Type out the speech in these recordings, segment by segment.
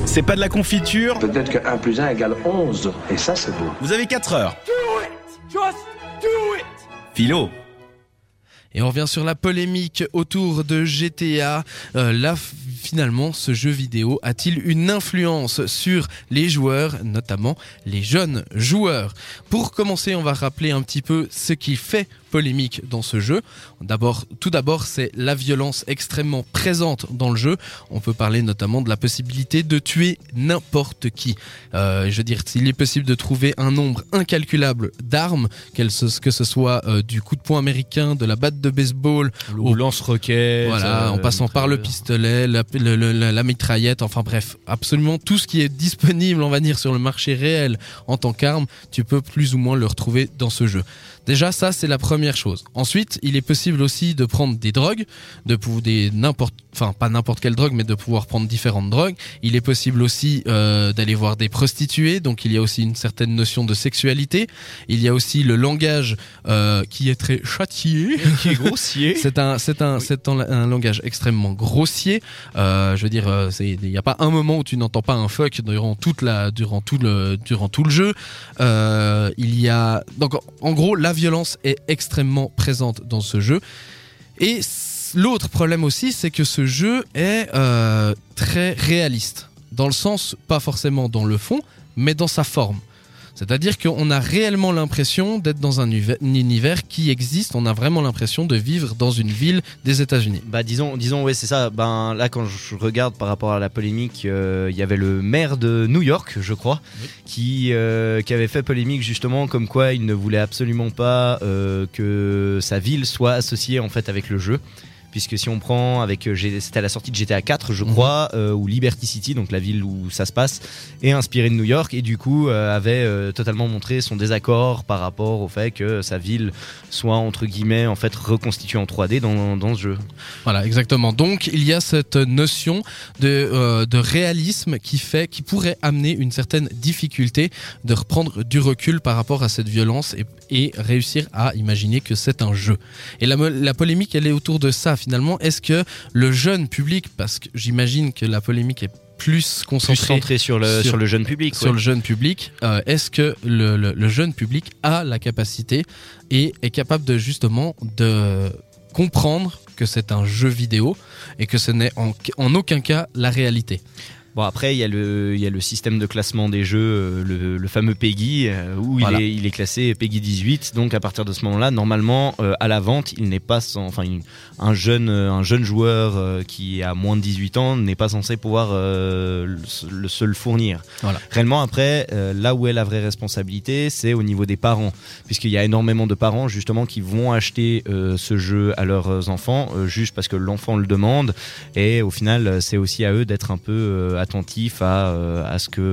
C'est pas de la confiture. Peut-être que 1 plus 1 égale 11, et ça c'est beau. Vous avez 4 heures. Do it! Just do it! Philo. Et on revient sur la polémique autour de GTA. Finalement, ce jeu vidéo a-t-il une influence sur les joueurs, notamment les jeunes joueurs ? Pour commencer, on va rappeler un petit peu ce qui fait polémique dans ce jeu. Tout d'abord, c'est la violence extrêmement présente dans le jeu. On peut parler notamment de la possibilité de tuer n'importe qui. Je veux dire, s'il est possible de trouver un nombre incalculable d'armes, que ce soit du coup de poing américain, de la batte de baseball, au lance-roquettes, voilà, en passant par le pistolet, la mitraillette, enfin bref, absolument tout ce qui est disponible, on va dire, sur le marché réel en tant qu'arme, tu peux plus ou moins le retrouver dans ce jeu. Déjà, ça, c'est la première chose. Ensuite, il est possible aussi de prendre des drogues, pas n'importe quelle drogue, mais de pouvoir prendre différentes drogues. Il est possible aussi d'aller voir des prostituées, donc il y a aussi une certaine notion de sexualité. Il y a aussi le langage qui est très châtié, qui est grossier. C'est un langage extrêmement grossier. Je veux dire, il n'y a pas un moment où tu n'entends pas un fuck durant tout le jeu. Il y a donc en gros la violence est extrêmement présente dans ce jeu. Et l'autre problème aussi, c'est que ce jeu est très réaliste. Dans le sens, pas forcément dans le fond, mais dans sa forme. C'est-à-dire qu'on a réellement l'impression d'être dans un univers qui existe. On a vraiment l'impression de vivre dans une ville des États-Unis. Disons, ouais, c'est ça. Là, quand je regarde par rapport à la polémique, il y avait le maire de New York, je crois, qui avait fait polémique justement comme quoi il ne voulait absolument pas que sa ville soit associée en fait avec le jeu. Puisque si on prend c'était à la sortie de GTA 4 je crois, où Liberty City, donc la ville où ça se passe, est inspirée de New York et du coup avait totalement montré son désaccord par rapport au fait que sa ville soit entre guillemets en fait reconstituée en 3D dans ce jeu. Voilà, exactement. Donc il y a cette notion de réalisme qui pourrait amener une certaine difficulté de reprendre du recul par rapport à cette violence et réussir à imaginer que c'est un jeu. Et la polémique, elle est autour de ça finalement. Est-ce que le jeune public, parce que j'imagine que la polémique est plus centrée sur le jeune public, sur le jeune public, est-ce que le jeune public a la capacité et est capable de justement de comprendre que c'est un jeu vidéo et que ce n'est en aucun cas la réalité? Bon, après, il y a le système de classement des jeux, le fameux PEGI, où voilà. il est classé PEGI 18. Donc, à partir de ce moment-là, normalement, à la vente, il n'est pas un jeune joueur qui a moins de 18 ans n'est pas censé pouvoir se le fournir. Voilà. Réellement, après, là où est la vraie responsabilité, c'est au niveau des parents. Puisqu'il y a énormément de parents, justement, qui vont acheter ce jeu à leurs enfants, juste parce que l'enfant le demande. Et au final, c'est aussi à eux d'être un peu attentifs à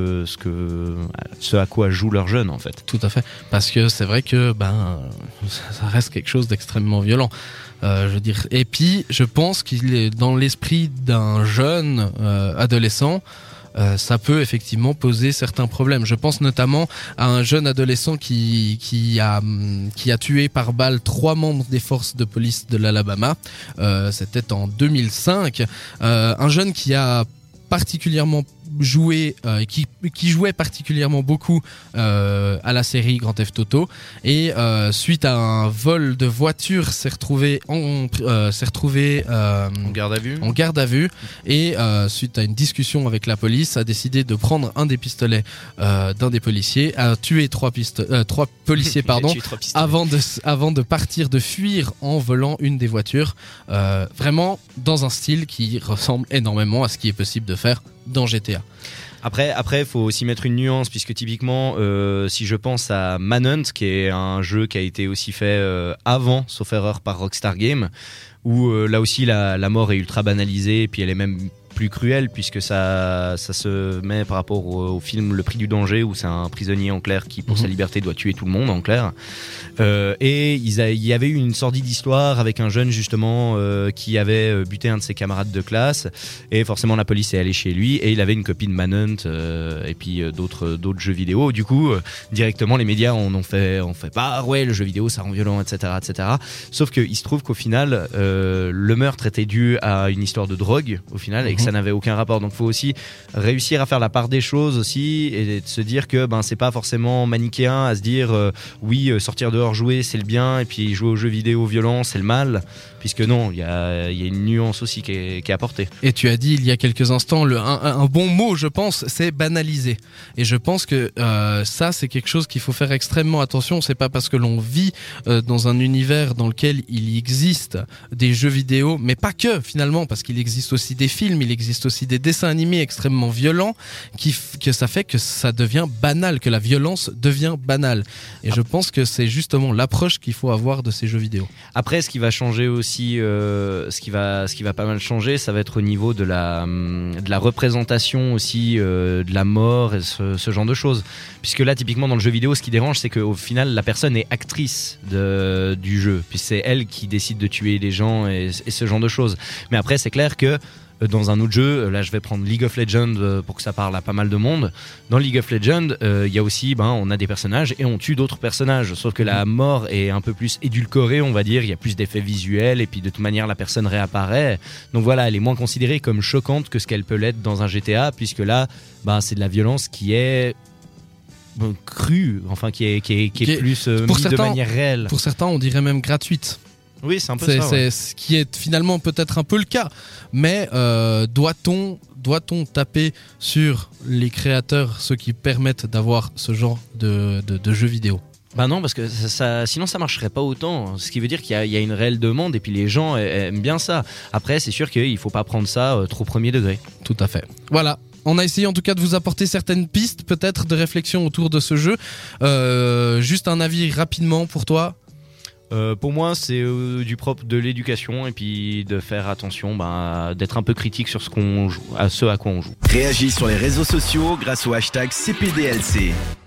ce à quoi jouent leurs jeunes en fait. Tout à fait, parce que c'est vrai que ça reste quelque chose d'extrêmement violent. Je veux dire, et puis je pense qu'il est dans l'esprit d'un jeune adolescent. Ça peut effectivement poser certains problèmes. Je pense notamment à un jeune adolescent qui a tué par balle 3 membres des forces de police de l'Alabama. C'était en 2005. Un jeune qui a particulièrement joué, qui jouait particulièrement beaucoup à la série Grand Theft Auto, et suite à un vol de voiture s'est retrouvé en garde à vue et suite à une discussion avec la police a décidé de prendre un des pistolets d'un des policiers, a tué 3 policiers avant de partir, de fuir en volant une des voitures, vraiment dans un style qui ressemble énormément à ce qui est possible de faire dans GTA. Après, faut aussi mettre une nuance, puisque typiquement, si je pense à Manhunt, qui est un jeu qui a été aussi fait avant, sauf erreur, par Rockstar Games, où là aussi la mort est ultra banalisée, et puis elle est même plus cruel, puisque ça se met par rapport au film Le Prix du Danger, où c'est un prisonnier en clair qui pour sa liberté doit tuer tout le monde en clair, et il y avait eu une sordide histoire avec un jeune justement qui avait buté un de ses camarades de classe, et forcément la police est allée chez lui, et il avait une copie de Manhunt et puis d'autres jeux vidéo. Du coup directement les médias on fait part, ouais, le jeu vidéo ça rend violent, etc. sauf qu'il se trouve qu'au final le meurtre était dû à une histoire de drogue au final, et que ça n'avait aucun rapport. Donc, il faut aussi réussir à faire la part des choses aussi et de se dire que c'est pas forcément manichéen à se dire oui, sortir dehors jouer c'est le bien et puis jouer aux jeux vidéo violents c'est le mal, puisque non, il y a une nuance aussi qui est apportée. Et tu as dit il y a quelques instants un bon mot, je pense, c'est banaliser. Et je pense que ça c'est quelque chose qu'il faut faire extrêmement attention. C'est pas parce que l'on vit dans un univers dans lequel il existe des jeux vidéo, mais pas que finalement, parce qu'il existe aussi des films, il existe aussi des dessins animés extrêmement violents, que ça fait que ça devient banal, que la violence devient banale. Et je pense que c'est justement l'approche qu'il faut avoir de ces jeux vidéo. Après, ce qui va changer aussi, ce qui va pas mal changer, ça va être au niveau de la représentation aussi de la mort et ce genre de choses. Puisque là, typiquement dans le jeu vidéo, ce qui dérange, c'est qu'au final, la personne est actrice du jeu. Puis c'est elle qui décide de tuer les gens et ce genre de choses. Mais après, c'est clair que dans un autre jeu, là je vais prendre League of Legends pour que ça parle à pas mal de monde. Dans League of Legends, il y a aussi, on a des personnages et on tue d'autres personnages. Sauf que la mort est un peu plus édulcorée, on va dire. Il y a plus d'effets visuels et puis de toute manière la personne réapparaît. Donc voilà, elle est moins considérée comme choquante que ce qu'elle peut l'être dans un GTA, puisque là, c'est de la violence qui est crue, enfin qui est plus mise de manière réelle. Pour certains, on dirait même gratuite. Oui, c'est un peu ça. C'est ce qui est finalement peut-être un peu le cas. Mais doit-on taper sur les créateurs, ceux qui permettent d'avoir ce genre de jeux vidéo ? Non, parce que sinon ça marcherait pas autant. Ce qui veut dire qu'il y a une réelle demande et puis les gens aiment bien ça. Après, c'est sûr qu'il faut pas prendre ça trop premier degré. Tout à fait. Voilà. On a essayé en tout cas de vous apporter certaines pistes peut-être de réflexion autour de ce jeu. Juste un avis rapidement pour toi ? Pour moi, c'est du propre de l'éducation et puis de faire attention, d'être un peu critique sur ce à quoi on joue. Réagis sur les réseaux sociaux grâce au hashtag CPDLC.